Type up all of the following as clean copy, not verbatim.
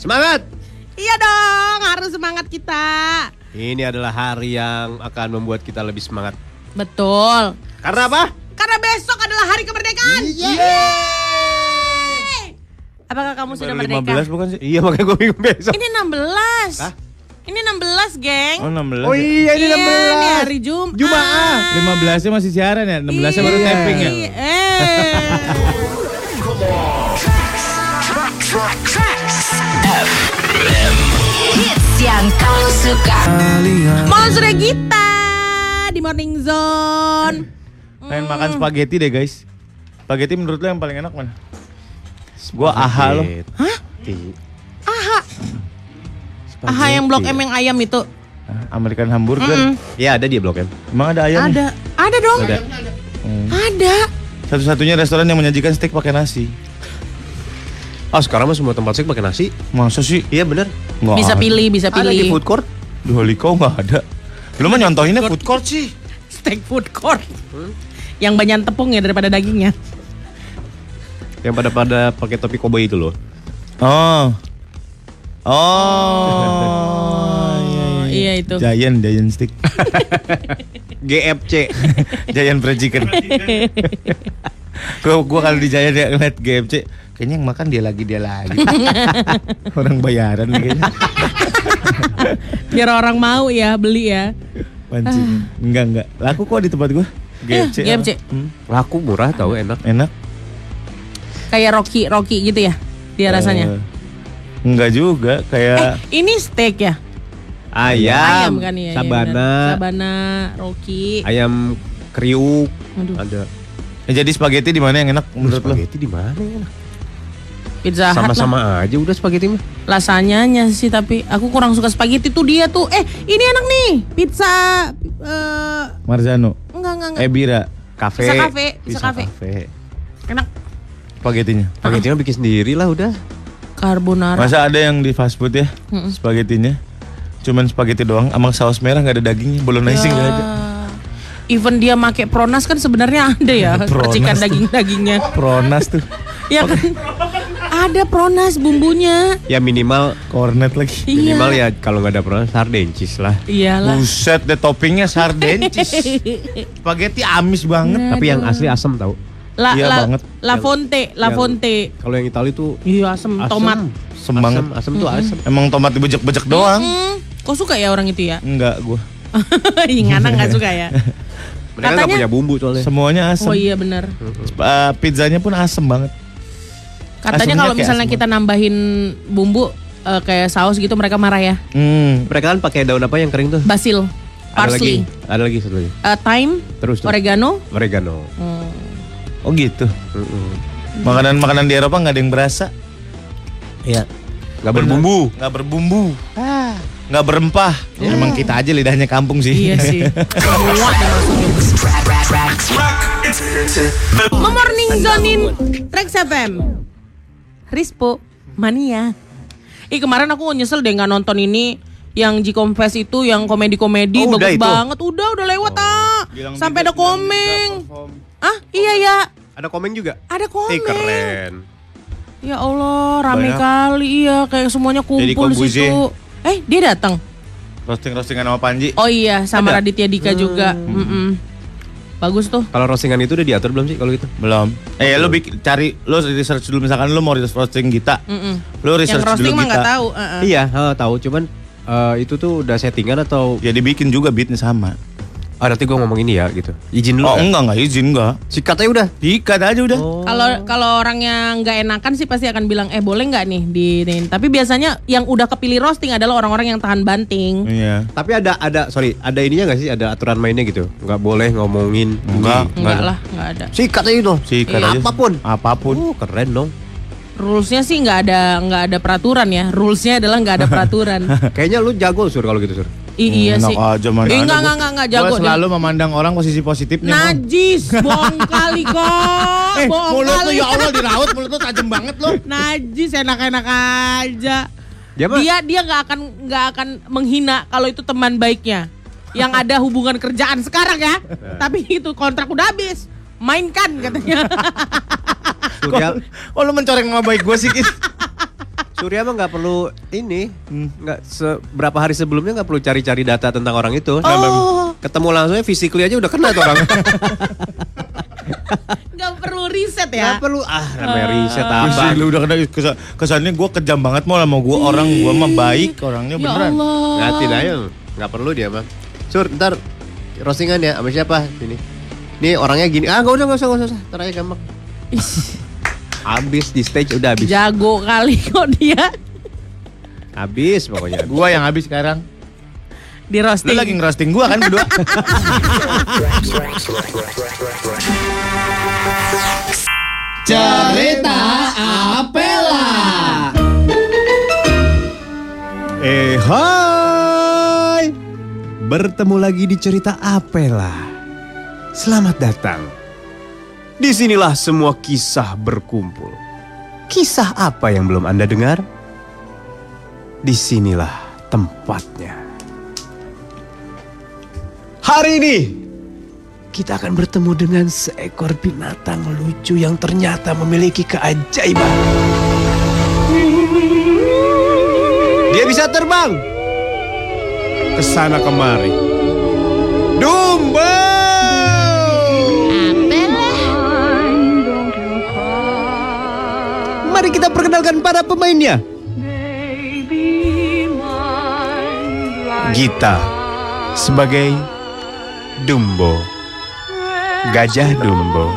Semangat! Iya dong, harus semangat kita. Ini adalah hari yang akan membuat kita lebih semangat. Betul. Karena apa? Karena besok adalah hari kemerdekaan. Yeay! Apakah kamu sudah merdeka? 15 bukan sih? Iya, makanya gue bingung besok. Ini 16. Hah? Ini 16, geng. Oh 16. Oh iya, ini 16. Ini hari Jumat. Jumaat. 15-nya masih siaran ya? 16-nya baru Iya. tapping ya? Hits yang kau suka. Monster kita di Morning Zone. Pengen makan spaghetti deh guys. Spaghetti menurut lo yang paling enak mana? Gua AHA lo. Hah? Aha yang Blok M yang ayam itu. American hamburger. Iya, ada di Blok M. Emang ada ayam? Ada dong. Ada. Ada. Satu-satunya restoran yang menyajikan steak pakai nasi. Oh, sekarang mah semua tempat steak pakai nasi. Masa sih? Iya, benar. Nggak Bisa ada. pilih, bisa Ada di pilih. food court. Di Holy Cow nggak ada. Lu mah nyontohinnya food court sih. Steak food court. Yang banyak tepungnya daripada dagingnya. Yang pada pakai topi koboi itu loh. Oh. Iya itu. Giant stick. GFC. Giant fried chicken. Gua kalau di Giant ya ngeliat GFC, kayaknya yang makan dia lagi. Orang bayaran nih kayaknya. Biar orang mau ya beli ya. Pancing. Enggak. Laku kok di tempat gua. GFC. GFC. Laku, murah, tahu enak. Enak. Kayak Rocky gitu ya dia rasanya. Enggak juga, kayak Ini steak ya? Ayam kan ya. Sabana. Iya, Sabana, Rocky. Ayam kriuk. Aduh. Ada. jadi spaghetti di mana yang enak menurut lo? Spaghetti di mana ya? Pizza Hut lah. Sama-sama aja udah spaghetti mah. Lasanyanya sih tapi aku kurang suka spaghetti tuh dia tuh. Ini enak nih. Pizza Marzano. enggak. Bira. Kafe. Pizza cafe. Enak. Spagettinya. Spaghetti mah bikin sendiri lah udah. Carbonara. Masa ada yang di fast food ya? Spagettinya cuman spaghetti doang sama saus merah, nggak ada dagingnya, bolognese nggak ada. Even dia make pronas kan sebenarnya ada ya percikan Pronas tuh. daging-dagingnya. Pronas tuh. Ya kan? Ada pronas bumbunya. Ya minimal Cornet lagi. minimal Iya. ya kalau nggak ada pernah sardencis lah. Iyalah. Buset deh, toppingnya sardencis. Spaghetti amis banget. Tapi yang asli asam tau. Iya banget. La Fonte. Kalau yang Itali tuh Iya asem, tomat. Semangat. Asam tuh asam. Emang tomat dibejek-bejek doang. Kok suka ya orang itu ya? Enggak gua. Ngana nggak suka ya? Mereka nggak Katanya- punya bumbu soalnya. Semuanya asem. Oh iya benar. Pizzanya pun asem banget. Katanya Asemnya kalau kayak misalnya asem kita nambahin bumbu kayak saus gitu mereka marah ya. Mereka kan pakai daun apa yang kering tuh? Basil, parsley, Ada lagi satu lagi. thyme, Terus tuh. oregano. Oh gitu. Makanan-makanan di Eropa nggak ada yang berasa. Iya. Nggak berbumbu. Nggak berbumbu. Nggak berempah. Emang kita aja lidahnya kampung sih. Iya sih. Semua dimasukin. Morning Zonein Trax FM. Rispo Mania. Kemarin aku nyesel deh nggak nonton ini yang G-Confess itu yang komedi-komedi Oh, udah bagus itu? banget. Udah lewat Bilang Sampai juga ada komeng. sudah perform. Iya ya. Ada komeng juga. Ada komeng. Keren. Ya Allah, rame Banyak. kali iya kayak semuanya Deddy kumpul di Corbuzier. situ. Dia datang. Roasting-roastingan sama Panji. Oh iya, sama Ada? Raditya Dika juga. Bagus tuh. Kalau roastingan itu udah diatur belum sih kalau gitu? Belum. Lu lu research dulu, misalkan lu mau roasting kita. Lu research Yang roasting dulu mah kita. nggak tahu. Iya, tahu. Cuman itu tuh udah settingan atau Ya dibikin juga beatnya sama. nanti gue ngomong ini ya gitu. Izin dulu. Oh kan? enggak izin enggak. Sikat aja udah. Diikat aja udah. Kalau orang yang nggak enakan sih pasti akan bilang boleh nggak nih di. Tapi biasanya yang udah kepilih roasting adalah orang-orang yang tahan banting. Iya. Tapi ada ininya nggak sih? Ada aturan mainnya gitu. Nggak boleh ngomongin. Enggak. Enggak lah, nggak ada. Sikat aja itu. Sikat aja. Apapun. Keren dong. Rulesnya sih nggak ada peraturan ya. Rulesnya adalah nggak ada peraturan. Kayaknya lu jago Sur kalau gitu Sur. Iya Enak sih. aja, man. Enggak jago. Gua selalu memandang orang posisi positifnya. Man. Najis, bohong kali kok. Bohong Mulut lu kali. ya Allah diraut, mulut lu tajam banget lu. Najis, enak-enak aja. Dia mah Dia nggak akan menghina kalau itu teman baiknya yang ada hubungan kerjaan sekarang ya. Tapi itu kontrak udah habis. Mainkan katanya. Surya, Kok lu mencoreng nama baik gue sih, Kit? Surya mah nggak perlu ini, nggak seberapa hari sebelumnya nggak perlu cari-cari data tentang orang itu. Ketemu langsungnya physically aja udah kena tuh orang. Gak perlu riset ya. Nggak perlu namanya riset apa? Pusing lu udah kena kesannya gue kejam banget mau sama gue orang gue mah baik orangnya Ya beneran. Allah. Ngatin aja, nggak perlu dia mah. Sur, ntar roastingan ya sama siapa? Ini orangnya gini. Nggak usah. Ntar aja gampang. Habis di stage udah habis. Jago kali kok dia Habis pokoknya. Gue yang habis sekarang. di Lu roasting. lagi ngerosting gue kan berdua. Cerita Apela. Hai. Bertemu lagi di Cerita Apela. Selamat datang. Disinilah semua kisah berkumpul. Kisah apa yang belum Anda dengar? Disinilah tempatnya. Hari ini kita akan bertemu dengan seekor binatang lucu yang ternyata memiliki keajaiban. Dia bisa terbang ke sana kemari. Dumbo! Mari kita perkenalkan para pemainnya. Gita sebagai Dumbo, Gajah Dumbo.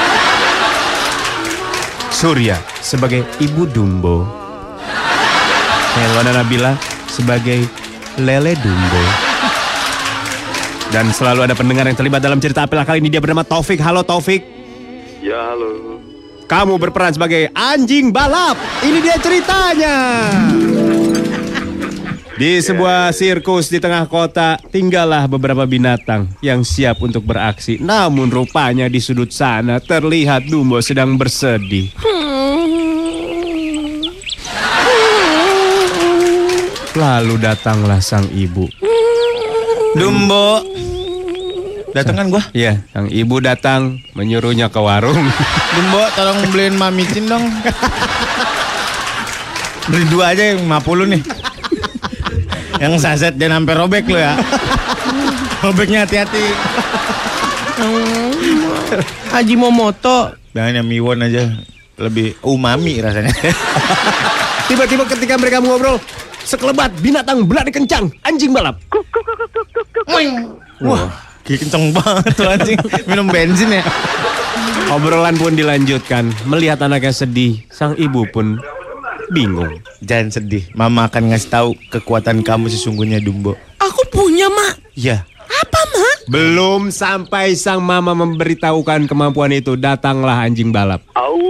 Surya sebagai Ibu Dumbo. Helwana Nabila sebagai Lele Dumbo. Dan selalu ada pendengar yang terlibat dalam Cerita Apela kali ini. Dia bernama Taufik. Halo Taufik. Ya, halo. Kamu berperan sebagai anjing balap. Ini dia ceritanya. Di sebuah sirkus di tengah kota, tinggallah beberapa binatang yang siap untuk beraksi. Namun rupanya di sudut sana terlihat Dumbo sedang bersedih. Lalu datanglah sang ibu. Dumbo. Datang kan gua? Iya, sang ibu datang menyuruhnya ke warung. Dumbo tolong beliin mamicin dong. Beli 2 aja yang 50 nih. Yang saset jangan sampai robek lo ya. Robeknya hati-hati. Haji Momoto. Jangan yang miwon aja. Lebih umami rasanya. Tiba-tiba ketika mereka ngobrol, sekelebat binatang berlari kencang, anjing balap. Wah, kenceng banget tuh anjing. Minum bensin ya. Obrolan pun dilanjutkan. Melihat anaknya sedih, sang ibu pun bingung. Jangan sedih. Mama akan ngasih tahu kekuatan kamu sesungguhnya, Dumbo. Aku punya, Mak. Ya. Apa, Mak? Belum sampai sang mama memberitahukan kemampuan itu, datanglah anjing balap.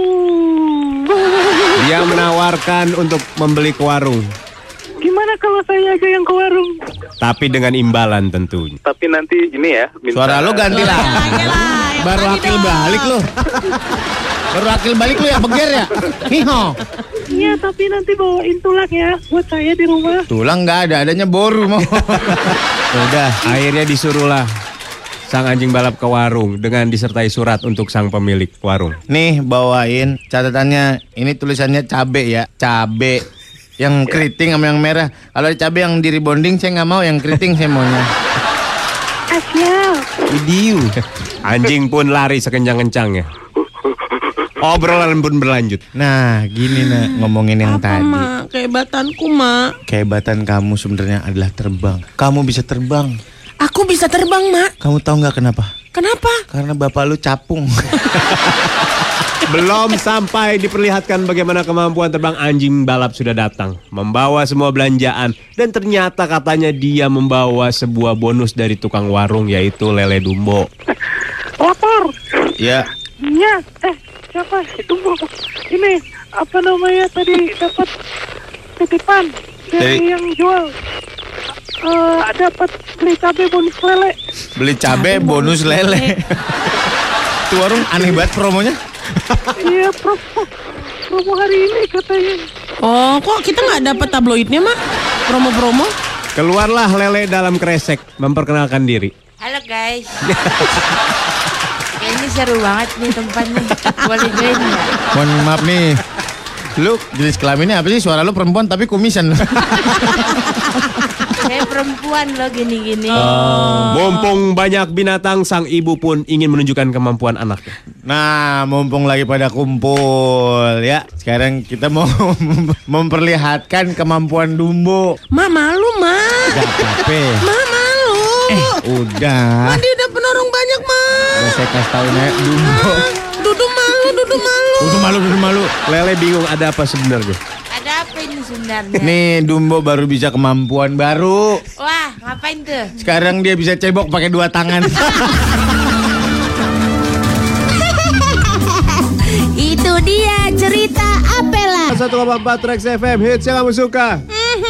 Dia menawarkan untuk membeli ke warung, Gimana kalau saya aja yang ke warung? tapi dengan imbalan tentunya. Tapi nanti ini ya, minta... Suara lu ganti lah. Baru akil balik lu. Baru akil balik lu ya, beger ya. Hiho. Iya, tapi nanti bawain tulang ya buat saya di rumah. Tulang nggak ada, adanya boru mau. Udah, akhirnya disuruhlah sang anjing balap ke warung dengan disertai surat untuk sang pemilik warung. Nih bawain catatannya. Ini tulisannya cabe ya, cabe. Yang keriting sama yang merah. Kalau cabe yang di rebonding saya nggak mau, yang keriting saya maunya. Siap. Idiu. Anjing pun lari sekencang-kencangnya. Obrolan pun berlanjut. Nah, gini nak ngomongin yang Apa, tadi. Mak? Kehebatanku, Mak. Kehebatan kamu sebenarnya adalah terbang. Kamu bisa terbang. Aku bisa terbang, Mak. Kamu tahu nggak kenapa? Kenapa? Karena bapak lu capung. Belum sampai diperlihatkan bagaimana kemampuan terbang, anjing balap sudah datang, membawa semua belanjaan. Dan ternyata katanya dia membawa sebuah bonus dari tukang warung, yaitu lele Dumbo. Lapor. Ya. Iya. Siapa? Itu ini apa namanya tadi dapat titipan dari yang jual. Dapat beli cabai bonus lele. Beli cabe bonus lele. Itu warung aneh banget promonya. Iya, promo hari ini katanya. Oh, kok kita nggak dapat tabloidnya, Mak? Promo-promo? Keluarlah lele dalam kresek, memperkenalkan diri. Halo guys. Kayaknya seru banget nih tempatnya. Boleh join nggak? Mohon maaf nih. Lu jenis kelaminnya apa sih? Suara lu perempuan tapi kumisan. Saya perempuan loh gini-gini. Mumpung banyak binatang, sang ibu pun ingin menunjukkan kemampuan anaknya. Nah, mumpung lagi pada kumpul ya. Sekarang kita mau memperlihatkan kemampuan Dumbo. Ma malu, Ma. Gak apa-apa. Ma malu. Udah. Dia udah penorong banyak, Ma. Udah saya kasih tau nih Dumbo. Duduk malu. Dudu malu. Lele bingung ada apa sebenarnya. Ada apa ini sebenarnya? Nih Dumbo baru bisa kemampuan baru. Wah, ngapain tuh? Sekarang dia bisa cebok pakai 2 tangan. Itu dia cerita Apela. 1,4 Trax FM hits yang kamu suka.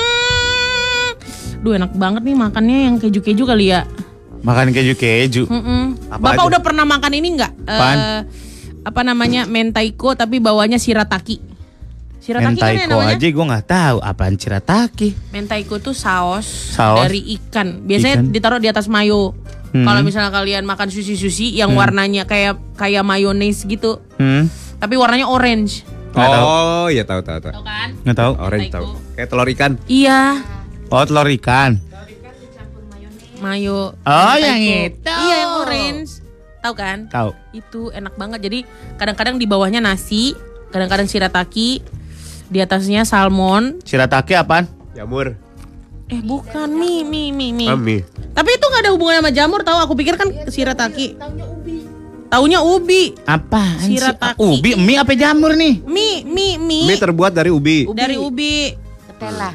Duh, enak banget nih makannya yang keju-keju kali ya. Makan keju-keju. Bapak udah pernah makan ini nggak? Apa namanya, mentaiko tapi bawahnya shirataki. Shirataki kan ya Mentaiko namanya? aja gue nggak tahu apaan shirataki. Mentaiko tuh saus Saus? dari ikan. Biasanya Ikan. ditaruh di atas mayo. Kalau misalnya kalian makan sushi yang warnanya kayak mayones gitu, tapi warnanya orange. Nggak tahu. Oh, iya tahu. Tahu kan? Nggak tahu. Orange tahu. Kayak telur ikan. Iya, Oh, telur ikan. mayo. Oh, mentaiko. yang itu. Iya, yang orange. Tahu kan? Tahu. Itu enak banget. Jadi kadang-kadang di bawahnya nasi, kadang-kadang shirataki, di atasnya salmon. Shirataki apaan? Jamur. Bukan mie. Mami. Tapi itu nggak ada hubungannya sama jamur, tahu? Aku pikir kan shirataki. Taunya ubi. Apaan sih? Shirataki. Ubi, mie apa jamur nih? Mie. Mie terbuat dari ubi. Dari ubi. Ketela.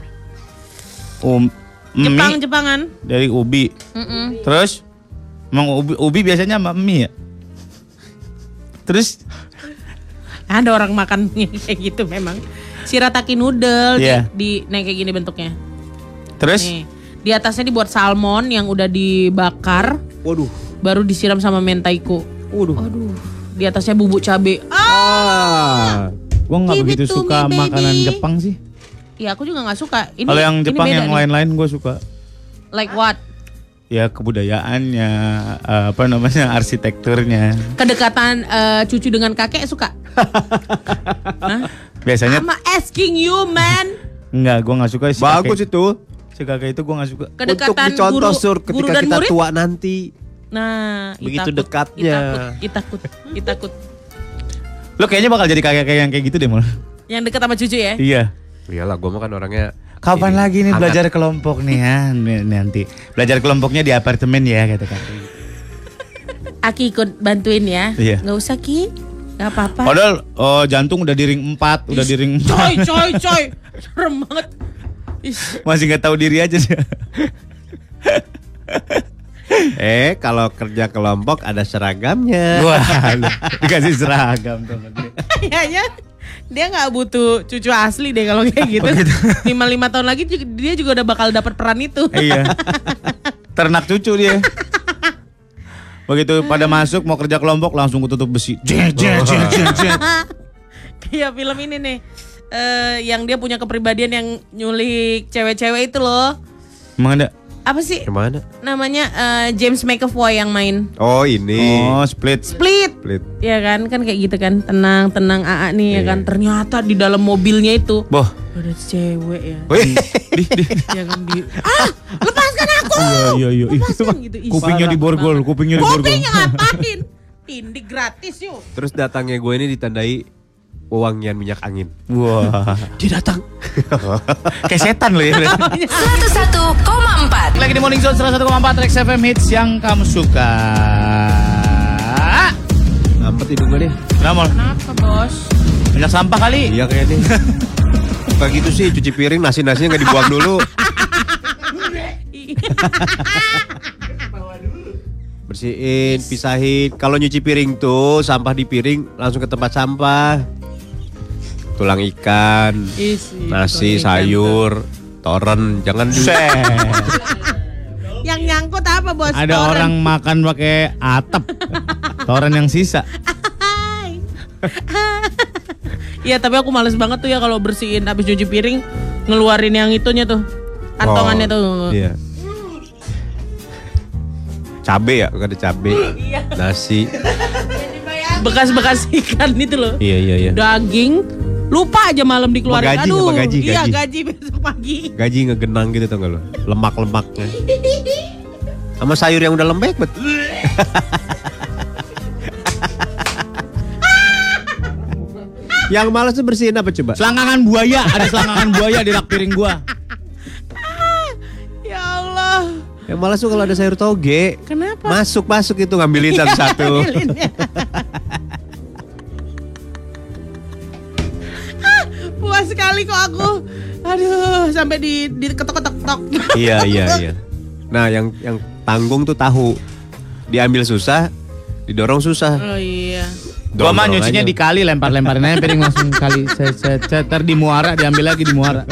Mie Jepangan. dari ubi. Terus emang ubi biasanya sama mie ya? Terus Ada orang makan kayak gitu memang. Shirataki noodle Iya. di kayak gini bentuknya. terus Nih, di atasnya dibuat salmon yang udah dibakar, Waduh. baru disiram sama mentaiko. Aduh. Di atasnya bubuk cabe. gua nggak Give it begitu to suka me, baby. makanan Jepang sih. Ya aku juga nggak suka. Ini, Kalau yang ini Jepang beda yang nih. lain-lain gue suka. Like what? Ya kebudayaannya, apa namanya, arsitekturnya. Kedekatan cucu dengan kakek suka? Biasanya I'm asking you, man. enggak, gue nggak suka si Bagus kakek. itu. Si kakek itu gue nggak suka. Untuk Kedekatan dicontoh Sur guru ketika dan kita murid? tua nanti. Nah, Begitu itakut, dekatnya. Itakut. Lo kayaknya bakal jadi kakek yang kayak gitu deh, Mal. Yang dekat sama cucu ya? Iya. Iyalah, gue mah kan orangnya. Kapan ini, lagi nih hangat. belajar kelompok nih ya? Nanti belajar kelompoknya di apartemen ya, kata kakek. Aki ikut bantuin ya? Iya. Nggak usah Ki, nggak apa-apa. Padahal jantung udah di ring 4, udah di ring Coy, serem banget. masih nggak tahu diri aja sih. Kalau kerja kelompok ada seragamnya. Wah, dikasih seragam tuh. Kayaknya dia nggak butuh cucu asli deh kalau kayak gitu. 5 tahun lagi dia juga udah bakal dapat peran itu. Iya. Ternak cucu dia. Begitu pada masuk mau kerja kelompok langsung kututup besi. Jet. Kayak film ini nih. Yang dia punya kepribadian yang nyulik cewek-cewek itu loh. Emang ada? Apa sih Gimana? namanya? James McAvoy yang main Oh ini. Oh, Split. Split. Ya kan kayak gitu kan. Tenang AA nih ya kan. Ternyata di dalam mobilnya itu Boh. ada cewek ya. Wih. Ya kan lepaskan aku. Iya. Lepaskan gitu. Ih, Kupingnya parah diborgol, banget. kupingnya diborgol. Kupingnya ngapain? Tindik gratis yuk. Terus datangnya gue ini ditandai wangian minyak angin. Wah. Dia datang. Kayak setan loh ya. 101,4. Lagi di Morning Zone 101,4 Trax FM hits yang kamu suka. Ampet hidung gue deh. Kenapa? Kenapa bos? Banyak sampah kali. Iya kayaknya. Kayak gitu sih, cuci piring nasinya nggak dibuang dulu. Bersihin, pisahin. Kalau nyuci piring tuh sampah di piring langsung ke tempat sampah. Tulang ikan, nasi, sayur, toren, jangan di. Yang nyangkut apa bos? Ada Toren. orang makan pakai atap. Toren yang sisa. Iya tapi aku males banget tuh ya kalau bersihin habis cuci piring ngeluarin yang itunya tuh kantongannya tuh. Iya. Cabe ya, ada cabe, nasi. Bekas-bekas ikan itu loh. Iya. Daging, Lupa aja malam dikeluarin. Gaji, Aduh, gaji, iya gaji. gaji besok pagi. Gaji ngegenang gitu tau gak lo? Lemak-lemaknya. Sama sayur yang udah lembek bet. Yang malas tuh bersihin apa coba? Selangkangan buaya, ada selangkangan buaya di rak piring gua. Ya Allah. Yang malas tuh kalau ada sayur toge. Kenapa? Masuk itu ngambilin satu-satu. Puas sekali kok aku. Aduh, sampai di ketok-ketok. Iya. Nah, yang tanggung tuh tahu. Diambil susah, didorong susah. Oh iya. Gua mah Dorong nyucinya aja. di kali, lempar-lemparin aja piring langsung kali. Ntar di muara diambil lagi di muara.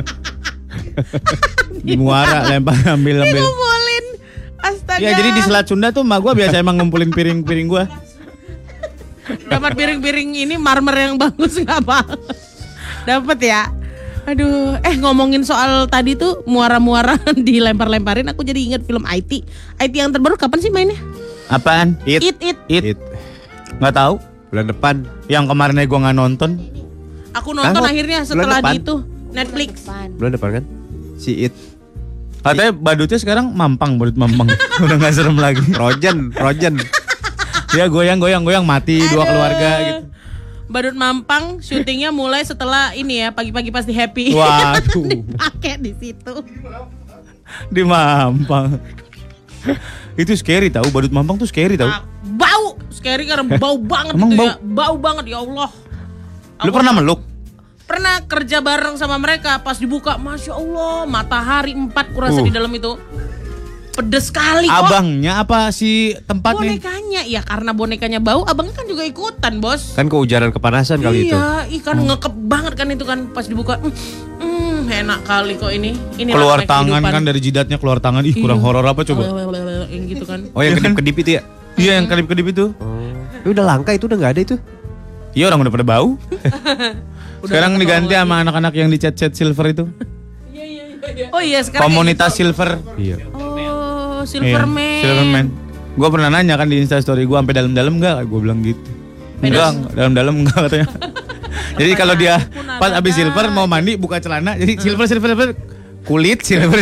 Di muara lempar ambil. Ngumpulin. Astaga. Ya jadi di Selat Sunda tuh emak gua biasa emang ngumpulin piring-piring gua. Dapat piring-piring ini marmer yang bagus nggak Pak? Dapat ya. Aduh, ngomongin soal tadi tuh muara-muara dilempar-lemparin, aku jadi ingat film IT. IT yang terbaru kapan sih mainnya? Apaan? It. It. Nggak tahu. Bulan depan. Yang kemarin gua nggak nonton. Aku nonton Hah? akhirnya Bulan setelah depan? di itu Netflix. Bulan depan kan? Si It. Katanya badutnya sekarang mampang, badut mampang. Udah nggak serem lagi. Rojen. Dia goyang mati dua keluarga gitu. Badut Mampang syutingnya mulai setelah ini ya, pagi-pagi pasti happy. Waduh. Dipakai di situ. Di Mampang. Itu scary tahu, badut Mampang tuh scary tahu. Bau, scary karena bau banget Emang gitu bau? ya. Bau banget ya Allah. Lu pernah meluk? Pernah kerja bareng sama mereka, pas dibuka Masya Allah, matahari 4 kurasa di dalam itu. Pedes sekali kok. Abangnya apa si tempatnya? Bonekanya, ya karena bonekanya bau, abangnya kan juga ikutan bos. Kan kehujanan kepanasan kali itu. Iya, ikan ngekep banget kan itu kan pas dibuka. Enak kali kok ini. Ini Keluar tangan kan dari jidatnya keluar tangan. Ih kurang horor apa coba? Yang gitu kan. Oh yang kedip-kedip itu ya? Iya yang kedip-kedip itu. Udah langka itu, udah gak ada itu. Iya orang udah pada bau. Sekarang diganti sama anak-anak yang dicat-cat silver itu. Oh iya sekarang. Komunitas silver. Iya. Oh, Silverman. Silverman. Gue pernah nanya kan di Instastory gue sampai dalam-dalam enggak? Gue bilang gitu. Enggak, dalam-dalam enggak katanya. Jadi kalau dia pas abis silver mau mandi buka celana, jadi silver kulit silver.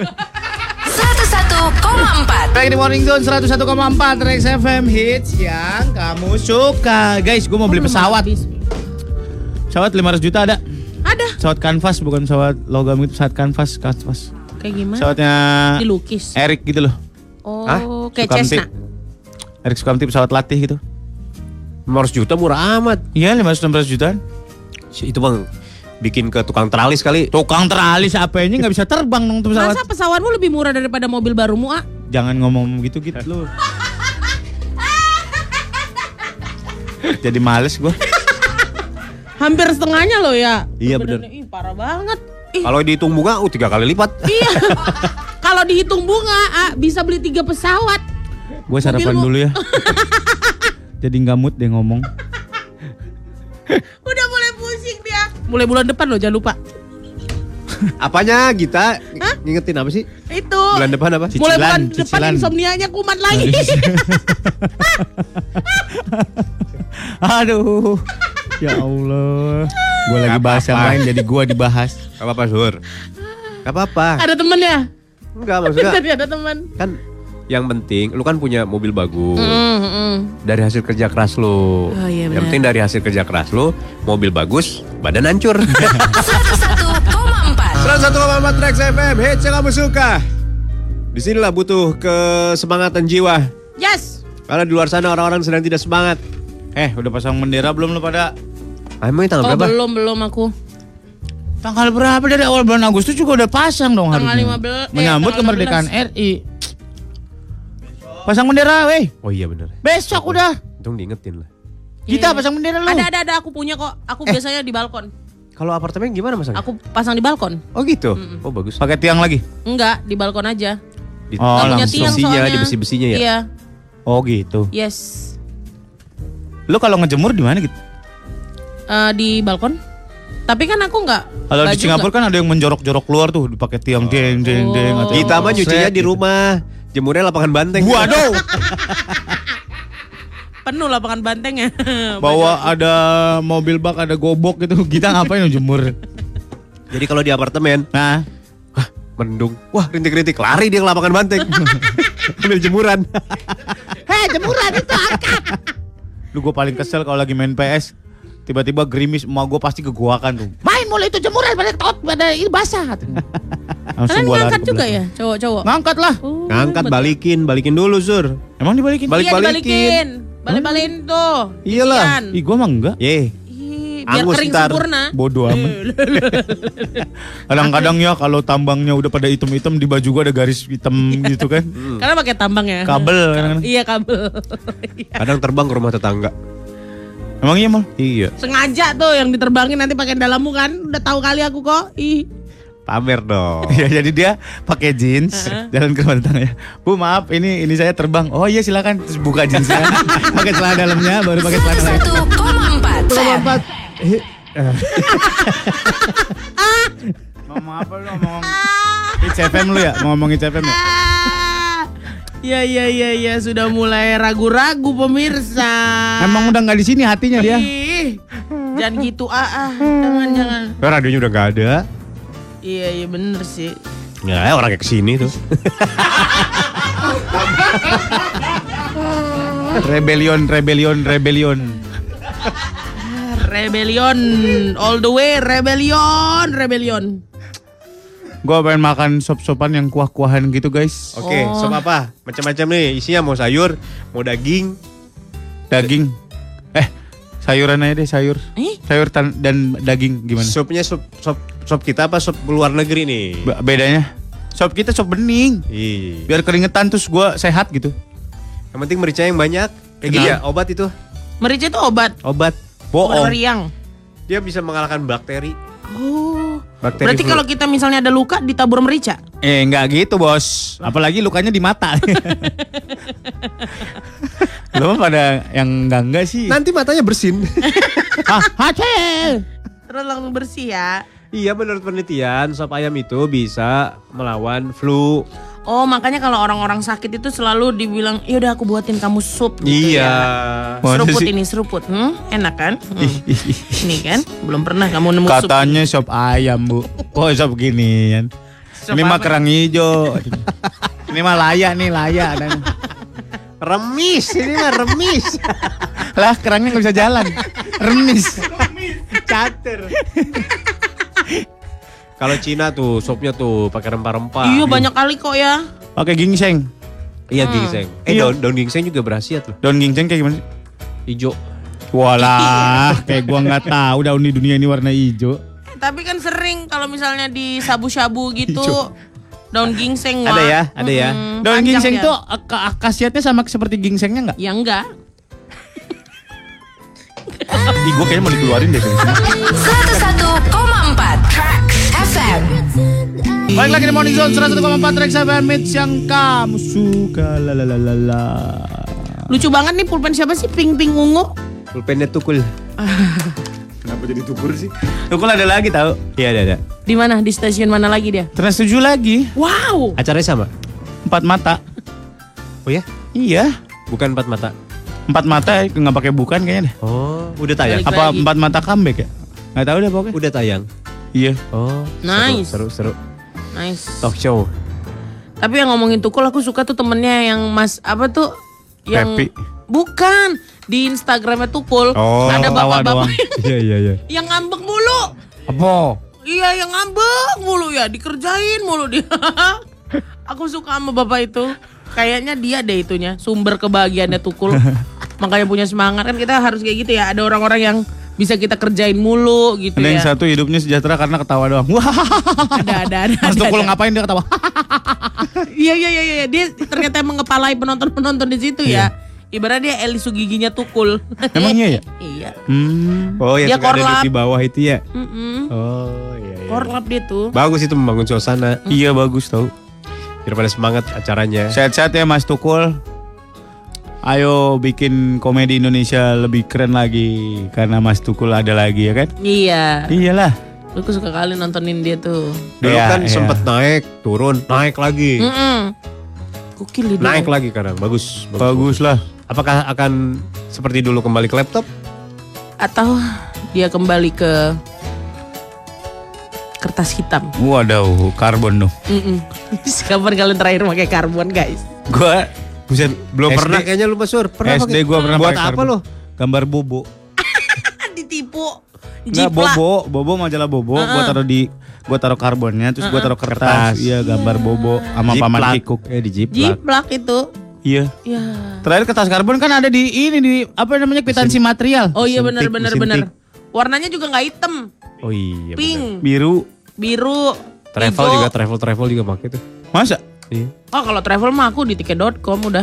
101,4 Lagi di Morning Zone 101,4 Rex FM hits yang kamu suka. Guys, gue mau beli pesawat. Pesawat 500 juta ada. Ada. Pesawat kanvas bukan pesawat logam itu, pesawat kanvas. Kayak gimana? Pesawatnya Dilukis. Erik gitu loh. Oh, Hah? kayak Sukamti. Cessna. Erik Sukamti pesawat latih gitu. 500 juta murah amat. Iya 500-600 jutaan. Itu bang bikin ke tukang teralis kali. Tukang teralis apanya nggak bisa terbang dong tuh pesawat. Masa pesawatmu lebih murah daripada mobil barumu, ah? Jangan ngomong gitu lu. Jadi males gue. Hampir setengahnya loh ya. Iya, bener. Ih, parah banget. Ih, Kalau dihitung bunga 3 kali lipat. iya. Kalau dihitung bunga, bisa beli 3 pesawat. Gue sarapan Mobilmu. dulu ya. Jadi nggak mood deh ngomong. Udah mulai pusing dia. Mulai bulan depan loh, jangan lupa. Apanya Gita? Ngingetin apa sih? Itu. Bulan depan apa? Mulai bulan depan cicilan. insomnianya kumat lagi. Aduh. Ya Allah. Gue lagi Gak bahas yang apa-apa. lain jadi gue dibahas. Gak apa-apa Sur. Gak apa-apa. Ada temen ya? Enggak maksudnya. Tadi ada temen. Kan yang penting lu kan punya mobil bagus. Dari hasil kerja keras lu. Oh, iya Yang benar. penting dari hasil kerja keras lu, mobil bagus, badan hancur. 101,4 101,4 Rex FM, hits yang kamu suka. Disinilah butuh kesemangatan jiwa. Yes. Karena di luar sana orang-orang sedang tidak semangat. Udah pasang bendera belum lu pada? Emangnya tanggal Oh, berapa? belum aku. Tanggal berapa dari awal bulan Agustus juga udah pasang dong Tanggal harusnya. 15, Menyambut tanggal kemerdekaan RI. Pasang bendera weh. Oh iya benar. Besok udah. Untung diingetin lah. Kita pasang bendera lu. Ada aku punya kok. Aku biasanya di balkon. Kalau apartemen gimana masangnya? Aku pasang di balkon. Oh gitu? Oh bagus. Pakai tiang lagi. Enggak, di balkon aja. Di, Oh, Nggak punya langsung. tiang besinya, soalnya. di besi-besinya ya? Iya. Oh gitu. Yes. Lu kalau ngejemur di mana gitu? Di balkon. Tapi kan aku enggak. Kalau di Singapura kan ada yang menjorok-jorok keluar tuh dipakai tiang deng. atau Kita mah nyucinya set di gitu. rumah. Jemurnya lapangan banteng. Waduh. Penuh lapangan bantengnya. Bawa ada mobil bak, ada gobok gitu. Kita ngapain jemur? Jadi kalau di apartemen, Nah, mendung. Wah, rintik-rintik. Lari dia ke lapangan banteng. Ambil jemuran. Jemuran itu angkat. lu gue paling kesel kalau lagi main PS. Tiba-tiba gerimis, emak gue pasti ke gua kan tuh. Main mulai itu jemuran pada ini basah. Langsung Kalian gua lari ngangkat ke juga belakang. ya cowok-cowok? Ngangkat lah. Ngangkat, balikin dulu, Sur. Emang dibalikin? Balik- Iya balikin. dibalikin. Balik-balikin tuh. Iyalah. Isian. Ih, gua mah enggak. Ye. Ih, biar Angus kering ntar. sempurna. Bodoh amat. Kadang-kadang ya kalau tambangnya udah pada hitam-hitam di baju gua ada garis hitam gitu kan. Karena pakai tambang ya. Kabel kadang-kadang. Iya kabel. Iya. Kadang terbang ke rumah tetangga. Emang iya mal? Iya. Sengaja tuh yang diterbangin nanti pakai dalammu kan. Udah tahu kali aku kok. Ih. Pamer dong. Ya jadi dia pakai jeans jalan ke rumah tetangga. Bu maaf ini saya terbang. Oh iya silakan. Terus buka jeansnya. Pakai celana dalamnya baru pakai celana lain. 101,4 FM. Ngomong apa lu ngomong? Hits FM lu ya? Mau ngomongin FM ya? Ya sudah mulai ragu-ragu pemirsa. Emang udah nggak di sini hatinya dia. Ih, jangan gitu jangan. Radionya udah gak ada. Iya bener sih. Ya orangnya kesini tuh. Rebellion. Rebellion all the way, rebellion. Gua pengen makan sop-sopan yang kuah-kuahan gitu guys. Oke, sop apa? Macam-macam nih. Isinya mau sayur, mau daging. Daging. Sayuran aja deh sayur. Sayur dan daging gimana? Supnya sop kita apa sop luar negeri nih? Bedanya? Sop kita sop bening. Iya. Biar keringetan terus gua sehat gitu. Yang penting merica yang banyak. Kayak gini ya, obat itu. Merica itu obat. Obat. Bohong. Meriang. Dia bisa mengalahkan bakteri. Oh. Bakteri Berarti flu. kalau kita misalnya ada luka ditabur merica. Enggak gitu bos. Apalagi lukanya di mata. Lo pada yang enggak sih. Nanti matanya bersin. Terus langsung bersih ya. Iya, menurut penelitian sop ayam itu bisa melawan flu. Oh makanya kalau orang-orang sakit itu selalu dibilang, ya udah aku buatin kamu sup. Gitu Iya. ya. Masa Seruput sih? ini seruput, enak kan? Ini kan belum pernah kamu nemu sup. Katanya sop ayam bu. Oh sop ginian. Sop Ini mah apa? kerang hijau. Ini mah layak nih layak. Remis, ini mah remis. Lah kerangnya nggak bisa jalan. Remis. Cater. Kalau Cina tuh sopnya tuh pakai rempah-rempah. Iya banyak kali kok ya. Pakai ginseng. Iya ginseng. Iya. Daun ginseng juga berkhasiat loh. Daun ginseng kayak gimana sih? Hijau. Walah, kayak gua nggak tahu daun di dunia ini warna hijau. Tapi kan sering kalau misalnya di sabu-sabu gitu Hijau. daun ginseng Ada Wak. ya, ada ya. Daun Panjang ginseng dia. tuh khasiatnya sama seperti ginsengnya nggak? Ya enggak. Ih, gua kayaknya mau dikeluarin deh. 101,4 Tracks FM. Balik lagi di Morning Zone 101,4 Trax FM Hits yang kamu suka. Lalalala. Lucu banget nih pulpen siapa sih? Ping ungu. Pulpennya tukul. Kenapa jadi tukur sih? Tukul ada lagi tahu? Iya ada. Di mana? Di stasiun mana lagi dia? Trans 7 lagi. Wow. Acaranya sama? 4 mata. Oh ya? Iya. Bukan 4 mata. 4 mata nggak pakai bukan kayaknya deh. Oh, udah tayang. Balik Apa lagi. 4 mata comeback ya? Nggak tahu deh pokoknya. Udah tayang. Iya. Oh, Nice. Seru. Nice. Talk show. Tapi yang ngomongin tukul aku suka tuh temennya yang Mas apa tuh? Yang Pepi. Bukan di Instagramnya tukul. Oh, ada ketawa doang. bapak-bapak Iya. yang ngambek mulu. Apa? Iya yang ngambek mulu ya, dikerjain mulu dia. Aku suka sama bapak itu. Kayaknya dia deh itunya, sumber kebahagiaannya tukul. Makanya punya semangat kan kita harus kayak gitu ya. Ada orang-orang yang bisa kita kerjain mulu gitu Ada yang ya. satu hidupnya sejahtera karena ketawa doang. Wah. Ada. Mas Tukul ngapain dia ketawa? Iya. Dia ternyata emang ngepalai penonton-penonton di situ ya. Ibarat dia Eli Sugiginya tukul. Emang iya ya? Iya. Oh, yang Dia suka ada korlap. di bawah itu ya. Mm-mm. Oh, iya. Korlap dia tuh. Bagus itu membangun suasana. Iya bagus tau. Biar pada semangat acaranya. Sehat-sehat ya Mas Tukul. Ayo bikin komedi Indonesia lebih keren lagi karena Mas Tukul ada lagi ya kan? Iya. Iyalah. Aku suka kali nontonin dia tuh. Dulu Iya, kan iya. sempet naik, turun, naik lagi. Gokil dia. Naik lagi sekarang. Bagus. Bagus lah. Apakah akan seperti dulu kembali ke laptop? Atau dia kembali ke kertas hitam? Waduh, karbon dong. Kapan kalian terakhir pakai karbon, guys? Gua buset, Belum SD. pernah kayaknya lu Mas Sur. Pernah SD gua pernah Buat pakai apa karbon. lo? Gambar bobo. Ditipu. Enggak, Jiplak. bobo majalah bobo. Gua taruh karbonnya, terus gua taruh kertas. Iya, gambar bobo sama paman Kikuk. Di jiplak. Jiplak itu. Iya. Ya. Terakhir kertas karbon kan ada di apa namanya kwitansi material. Oh iya Mesin benar. tik. Warnanya juga nggak hitam. Oh iya. Pink, Biru. biru, Travel hijau. juga travel juga pakai tuh. Masa? Iya. Oh kalau travel mah aku di tiket.com udah.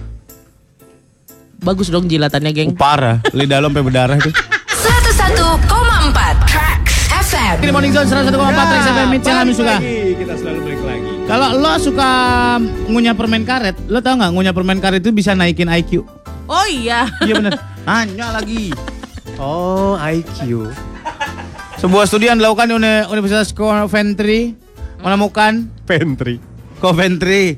Bagus dong jilatannya, geng. Parah. Lidah lo sampai berdarah itu. 101,4 Tracks FM. Ini Morning Zone 101,4 Tracks FM Mitch yang kami suka. Kita selalu balik lagi. Kalau lo suka ngunyah permen karet, lo tau nggak ngunyah permen karet itu bisa naikin IQ? Oh iya. Iya bener. Nanya lagi. Oh, IQ. Sebuah studi yang dilakukan di Universitas Coventry menemukan Coventry.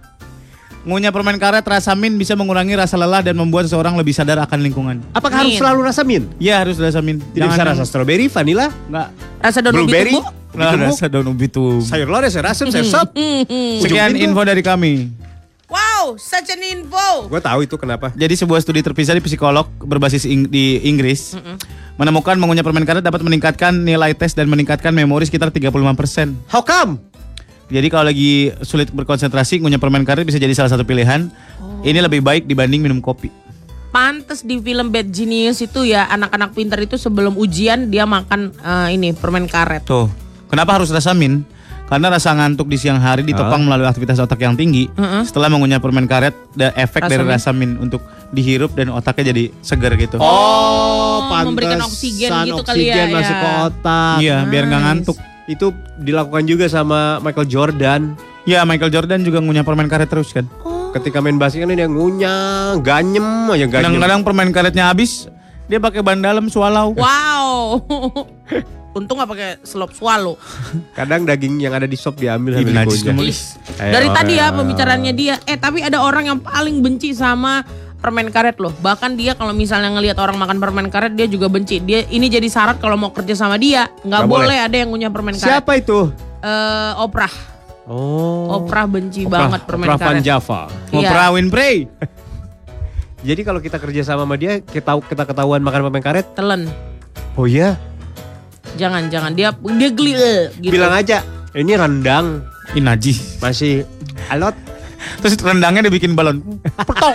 Ngunyah permen karet rasa mint bisa mengurangi rasa lelah dan membuat seseorang lebih sadar akan lingkungan. Apakah harus Mint. selalu rasa mint? Iya harus rasa mint. Tidak bisa rasa strawberry, vanilla, Enggak. Rasa daun ubi blueberry, tumbuh. Nah, ubi rasa daun ubi tuh. sayur lodeh, sayur asem, sayur sop. Sekian pintu. info dari kami. Wow, such an info. Gue tahu itu kenapa. Jadi sebuah studi terpisah di psikolog berbasis di Inggris menemukan mengunyah permen karet dapat meningkatkan nilai tes dan meningkatkan memori sekitar 35%. How come? Jadi kalau lagi sulit berkonsentrasi, ngunyah permen karet bisa jadi salah satu pilihan. Ini lebih baik dibanding minum kopi. Pantes di film Bad Genius itu ya anak-anak pintar itu sebelum ujian dia makan ini permen karet. Tuh, kenapa harus rasa mint? Karena rasa ngantuk di siang hari ditopang melalui aktivitas otak yang tinggi. Setelah mengunyah permen karet, ada efek Rasa dari mint. rasa mint untuk dihirup dan otaknya jadi segar gitu. Oh, memberikan pantesan oksigen gitu kali ya, masuk ya. ke otak. Iya, biar nggak ngantuk. Itu dilakukan juga sama Michael Jordan. Ya, Michael Jordan juga ngunyah permen karet terus kan. Ketika main basket kan dia ngunyah, ganyem aja ganyem. Kadang-kadang permen karetnya habis, dia pakai ban dalam swallow. Wow. Untung gak pakai selop swallow. Kadang daging yang ada di sop diambil Ih, sambil najis dikunyah. kamu. Dari tadi ya pembicaraannya dia. Tapi ada orang yang paling benci sama permen karet loh. Bahkan dia kalau misalnya ngelihat orang makan permen karet dia juga benci. Dia ini jadi syarat kalau mau kerja sama dia nggak Nggak boleh boleh. ada yang ngunyah permen karet. Siapa itu? Oprah. Oh. Oprah benci banget permen Oprah Van karet. Java. Iya. Oprah Winfrey. Jadi kalau kita kerja sama dia, kita ketahuan makan permen karet. Telen. Oh iya, Jangan dia geli gitu. bilang aja. Ini rendang Ih, najis. masih alot. Terus rendangnya dibikin balon. Petok.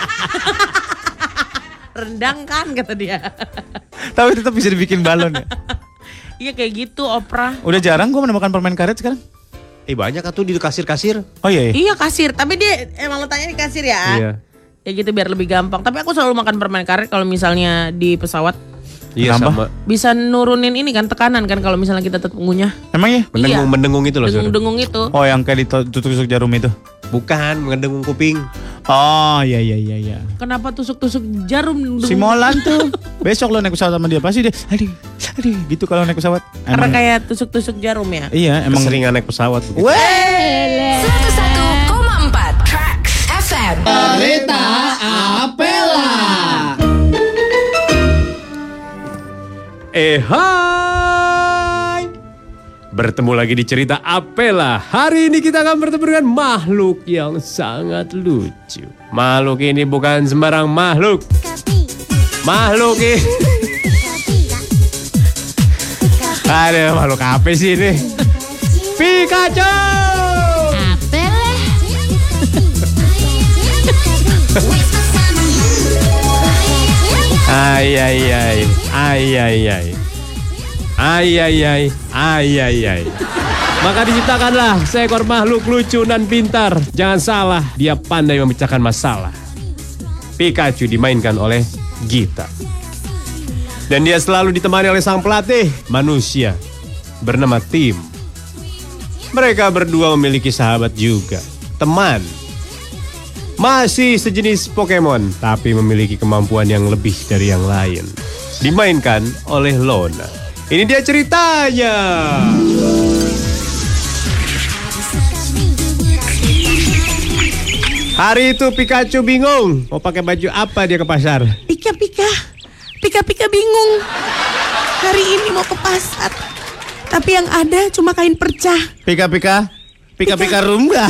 Rendang kan kata dia. Tapi tetap bisa dibikin balon ya. Iya kayak gitu Oprah. Udah jarang gue menemukan permen karet sekarang. Banyak atuh di kasir-kasir. Oh iya. Iya kasir, tapi dia emang letaknya di kasir ya. Iya. Ya gitu biar lebih gampang. Tapi aku selalu makan permen karet kalau misalnya di pesawat. Iya Kenapa? sama. Bisa nurunin ini kan tekanan kan kalau misalnya kita tetap ngunyah. Emang ya? Mendengung itu loh. Sur. Dengung-dengung itu. Oh yang kayak ditusuk-tusuk jarum itu. Bukan, mendengung kuping. Oh iya. Kenapa tusuk-tusuk jarum? Si Molan tuh. Besok lo naik pesawat sama dia pasti dia. Aduh gitu kalau naik pesawat. Karena kayak tusuk-tusuk jarum ya. Iya emang. Keseringan naik pesawat. 101,4 Tracks FM. Berita Apela. Hai. Bertemu lagi di cerita Apela. Hari ini kita akan bertemu dengan makhluk yang sangat lucu. Makhluk ini bukan sembarang makhluk. Makhluk ini. Ada makhluk apa sih ini? Pikachu. Ay. Maka diciptakanlah seekor makhluk lucu dan pintar. Jangan salah, dia pandai memecahkan masalah. Pikachu dimainkan oleh Gita. Dan dia selalu ditemani oleh sang pelatih, manusia, bernama Tim. Mereka berdua memiliki sahabat juga, teman. Masih sejenis Pokemon, tapi memiliki kemampuan yang lebih dari yang lain. Dimainkan oleh Lona. Ini dia ceritanya. Hari itu Pikachu bingung mau pakai baju apa dia ke pasar. Pika bingung. Hari ini mau ke pasar. Tapi yang ada cuma kain percah. Pika rumba.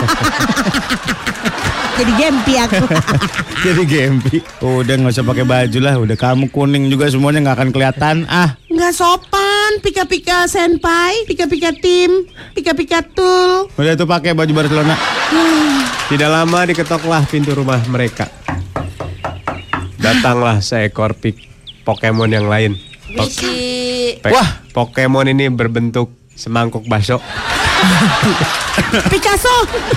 Jadi gempi aku. Jadi gempi. Udah nggak usah pakai baju lah. Udah kamu kuning juga semuanya nggak akan kelihatan. Nggak sopan. Pika senpai, pika tim, pika tul. Udah tuh pakai baju Barcelona. Tidak lama diketoklah pintu rumah mereka. Datanglah seekor Pokemon yang lain. Wah, Pokemon ini berbentuk semangkuk bakso. Picasso.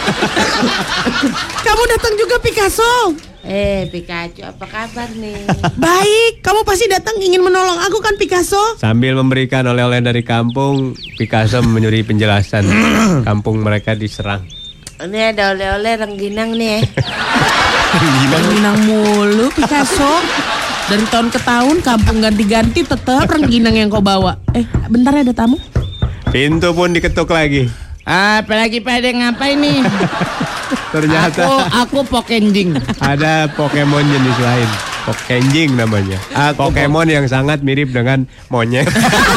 Kamu datang juga, Picasso. Pikachu, apa kabar nih? Baik, kamu pasti datang ingin menolong aku kan, Picasso? Sambil memberikan oleh-oleh dari kampung, Picasso menyuri penjelasan. Kampung mereka diserang. Ini ada oleh-oleh rengginang nih. Rengginang mulu, Picasso. Dari tahun ke tahun, kampung ganti-ganti tetap rengginang yang kau bawa. Bentar ya, ada tamu. Pintu pun diketuk lagi. Apalagi pada ngapain nih? Ternyata aku Pokenjing. ada Pokemon jenis lain. Pokenjing namanya. Pokemon yang sangat mirip dengan monyet.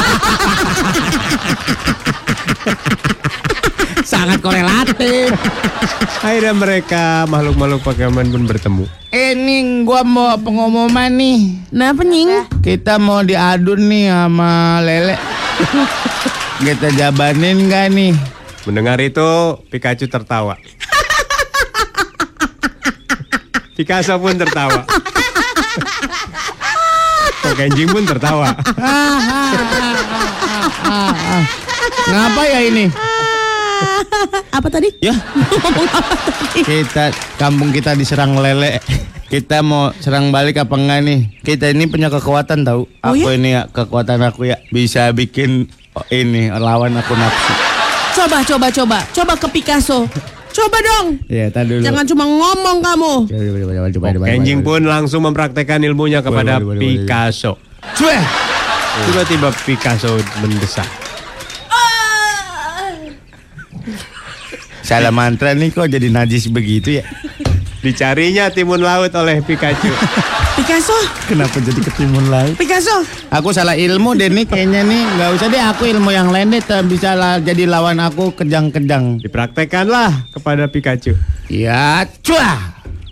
Sangat korelatif. Akhirnya mereka makhluk-makhluk Pokemon pun bertemu. Ini gua mau pengumuman nih. Nah, penying. Kita mau diadun nih sama Lele. Kita jabanin gak nih? Mendengar itu, Pikachu tertawa. Picasso pun tertawa. Pokenjing pun tertawa. Ngapa ya ini? Apa tadi? Ya, kampung kita diserang Lele. Kita mau serang balik apa enggak nih? Kita ini punya kekuatan tahu. Ini ya kekuatan aku ya bisa bikin ini lawan aku nafsu. Coba ke Picasso. Coba dong. Iya, tadi dulu. Jangan cuma ngomong kamu. Coba. Kenjing pun langsung mempraktekkan ilmunya kepada Picasso. Tiba-tiba Picasso mendesak. Salah mantra nih kok jadi najis begitu ya? Dicarinya timun laut oleh Pikachu. Picasso. Kenapa jadi ketimun laut? Picasso. Aku salah ilmu deh nih kayaknya nih. Gak usah deh, aku ilmu yang lain deh. Bisa jadi lawan aku kejang-kejang. Dipraktekkanlah kepada Pikachu. Ya, cuah.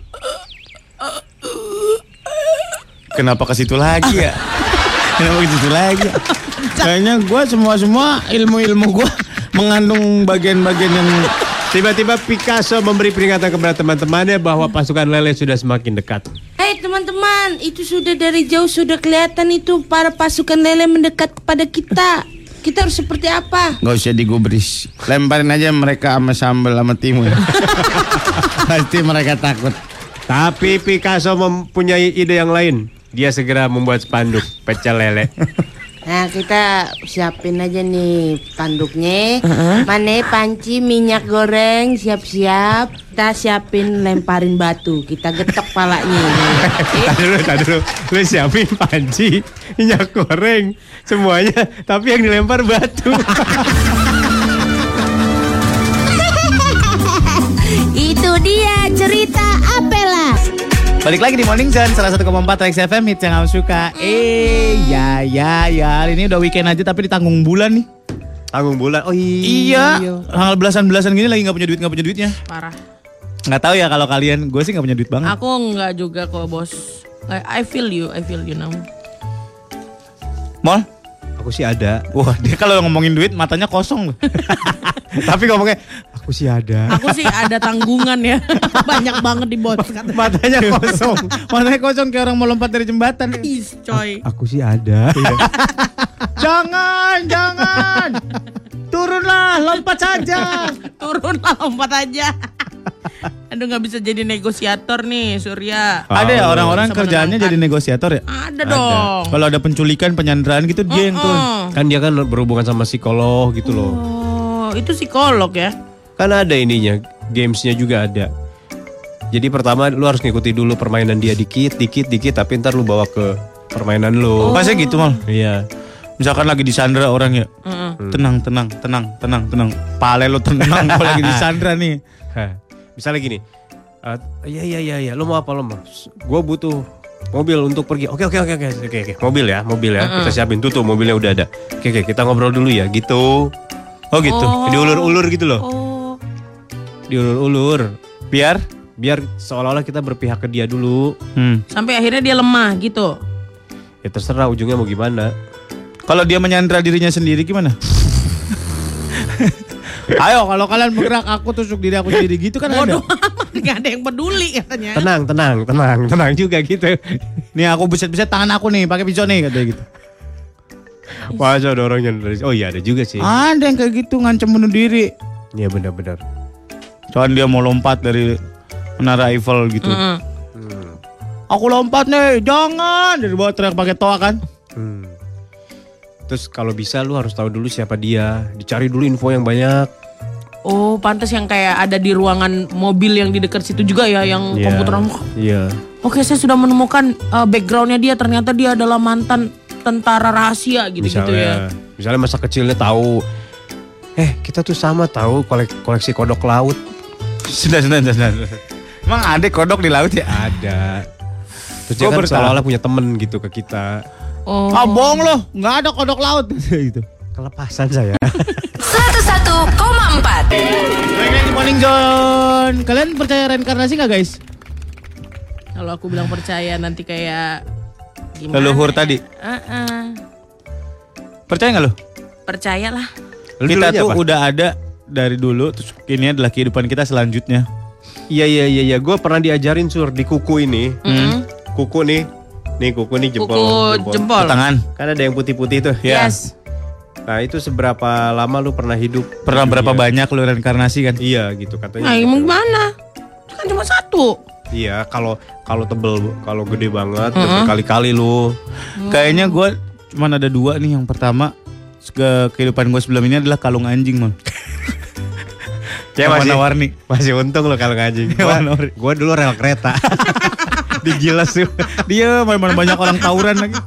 Kenapa ke situ lagi ya? Kenapa ke situ lagi? Kayaknya gue semua ilmu-ilmu gue mengandung bagian-bagian yang... Tiba-tiba Picasso memberi peringatan kepada teman-temannya bahwa pasukan Lele sudah semakin dekat. Hai teman-teman, itu sudah dari jauh sudah kelihatan itu para pasukan Lele mendekat kepada kita. Kita harus seperti apa? Gak usah digubris. Lemparin aja mereka sama sambal sama timun. Pasti mereka takut. Tapi Picasso mempunyai ide yang lain. Dia segera membuat spanduk pecel lele. Nah, kita siapin aja nih panduknya. Mana panci, minyak goreng, siap-siap. Kita siapin lemparin batu. Kita getok palanya. Tadi dulu. Lu siapin panci, minyak goreng, semuanya. Tapi yang dilempar batu. Itu dia cerita Apela. Balik lagi di Morning Zone, salah 1,4 Trax FM, hits yang kamu suka. Ya. Hari ini udah weekend aja tapi ditanggung bulan nih. Tanggung bulan? Oh iya. Tanggal belasan gini lagi gak punya duitnya. Parah. Gak tahu ya kalau kalian, gue sih gak punya duit banget. Aku nggak juga kok bos. I feel you now. Mol? Aku sih ada. Wah, dia kalau ngomongin duit matanya kosong. Tapi ngomongnya, aku sih ada. Aku sih ada tanggungan ya. Banyak banget di bos. Matanya kosong. Matanya kosong kayak orang mau lompat dari jembatan. Is, coy. Aku sih ada. Jangan. Turunlah, lompat saja. Turunlah, lompat aja. Aduh, nggak bisa jadi negosiator nih, Surya. Ada ya orang-orang Sama kerjaannya menangkan. jadi negosiator ya? Ada dong. Kalau ada penculikan, penyanderaan gitu dia yang turun. Kan dia kan berhubungan sama psikolog gitu loh. Oh, itu psikolog ya? Kan ada ininya, gamesnya juga ada. Jadi pertama lu harus ngikuti dulu permainan dia dikit, tapi ntar lu bawa ke permainan lu. Masa gitu Mal? Iya. Misalkan lagi disandra orang ya, tenang. Pale lu tenang kalau lagi disandra nih. Misalnya gini, Iya. Lo mau apa lo mau? Gue butuh mobil untuk pergi. Oke. Mobil ya. Kita siapin tuh mobilnya udah ada. Oke, kita ngobrol dulu ya gitu. Oh gitu. Diulur-ulur gitu loh. Oh. Diulur-ulur. Biar seolah-olah kita berpihak ke dia dulu. Sampai akhirnya dia lemah gitu. Ya terserah ujungnya mau gimana. kalau dia menyandra dirinya sendiri gimana? Ayo kalau kalian bergerak aku tusuk diri aku sendiri gitu kan Bodoh ada. amat, gak ada yang peduli katanya. Tenang juga gitu. Nih aku beset-beset tangan aku nih pakai pisau nih katanya gitu. Masa ada orang yang dari... Oh iya ada juga sih. Ada yang kayak gitu ngancam bunuh diri. Iya benar-benar. Soalnya dia mau lompat dari menara Eiffel gitu. Aku lompat nih, jangan. Dari bawah teriak pakai toa kan. Terus kalau bisa lu harus tahu dulu siapa dia. Dicari dulu info yang banyak. Oh, pantas yang kayak ada di ruangan mobil yang di dekat situ juga ya, yang komputeran. Iya. Oke, saya sudah menemukan backgroundnya dia. Ternyata dia adalah mantan tentara rahasia gitu-gitu ya. Misalnya masa kecilnya tahu. Kita tuh sama tahu koleksi kodok laut. Sudah. Emang ada kodok di laut ya? Ada. Terus dia kan seolah-olah punya temen gitu ke kita. Oh. Ah bohong loh, nggak ada kodok laut gitu. Kelepasan saya. 101,4 Baik lagi Morning Zone. Kalian percaya reinkarnasi nggak guys? Kalau aku bilang percaya nanti kayak gimana? Leluhur tadi. Percaya nggak lo? Percayalah. Kita tuh udah ada dari dulu, terus ini adalah kehidupan kita selanjutnya. Iya. Gue pernah diajarin Sur di kuku ini. Kuku nih. Nih kuku nih Jempol. Tangan. Kan ada yang putih-putih tuh. Yes. Nah itu seberapa lama lu pernah hidup? Pernah berapa banyak lu reinkarnasi kan? Iya gitu katanya. Nah, gitu. gimana? Kan cuma satu. Iya kalau tebel, kalau gede banget berkali-kali lu. Kayaknya gue cuman ada 2 nih. Yang pertama kehidupan gue sebelum ini adalah kalung anjing man. Ya warna-warni. Masih untung lo kalung anjing. Gue dulu rel kereta. Digilas tuh. Dia mana banyak orang tawuran lagi.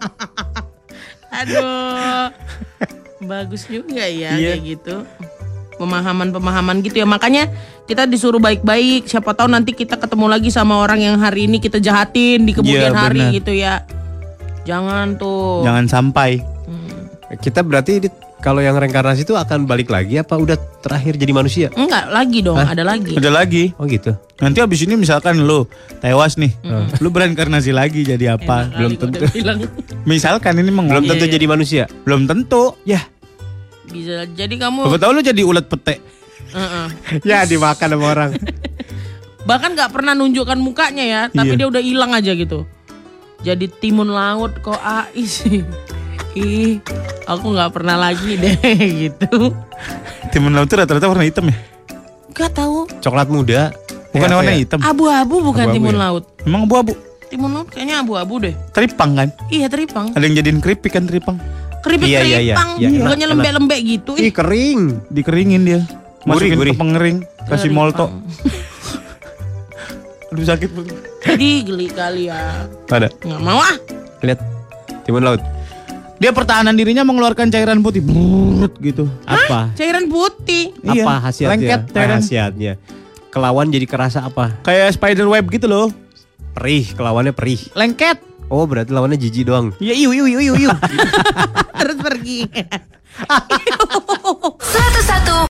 Aduh. Bagus juga ya kayak gitu. Pemahaman gitu ya. Makanya kita disuruh baik-baik. Siapa tahu nanti kita ketemu lagi sama orang yang hari ini kita jahatin di kemudian hari gitu ya. Jangan tuh. Jangan sampai. Kita berarti kalau yang reinkarnasi itu akan balik lagi apa udah terakhir jadi manusia? Enggak, lagi dong. Ada lagi. Ada lagi. Oh gitu. Nanti abis ini misalkan lu tewas nih, lu bereinkarnasi lagi jadi apa? Belum tentu. Misalkan ini belum tentu jadi manusia. Belum tentu. Ya. Bisa jadi kamu. Siapa tahu lu jadi ulet pete. Ya dimakan sama orang. Bahkan nggak pernah nunjukkan mukanya ya, tapi dia udah hilang aja gitu. Jadi timun laut kok sih. Ih, aku nggak pernah lagi deh gitu. Timun laut itu rata-rata warna hitam ya? Gak tahu. Coklat muda. Bukan warna hitam. Abu-abu bukan Abu-abu timun ya? laut. Emang abu-abu? Timun laut kayaknya abu-abu deh. Teripang kan? Iya teripang. Ada yang jadiin keripik kan teripang? Keripik-keripang, bukannya lembek-lembek gitu. Ih kering. Dikeringin dia. Masukin Gurih. ke pengering, kasih molto. Aduh sakit banget. Jadi geli kali ya. Ada. Nggak mau ah. Lihat timun laut. Dia pertahanan dirinya mengeluarkan cairan putih, brrrr, gitu. Apa? Cairan putih. Iya, Apa khasiatnya? lengket cairan. Khasiatnya. Kelawan jadi kerasa apa? Kayak spider web gitu loh. Perih, kelawannya perih. Lengket. Oh berarti lawannya jijik doang. Iya, iu. Terus pergi. 101,4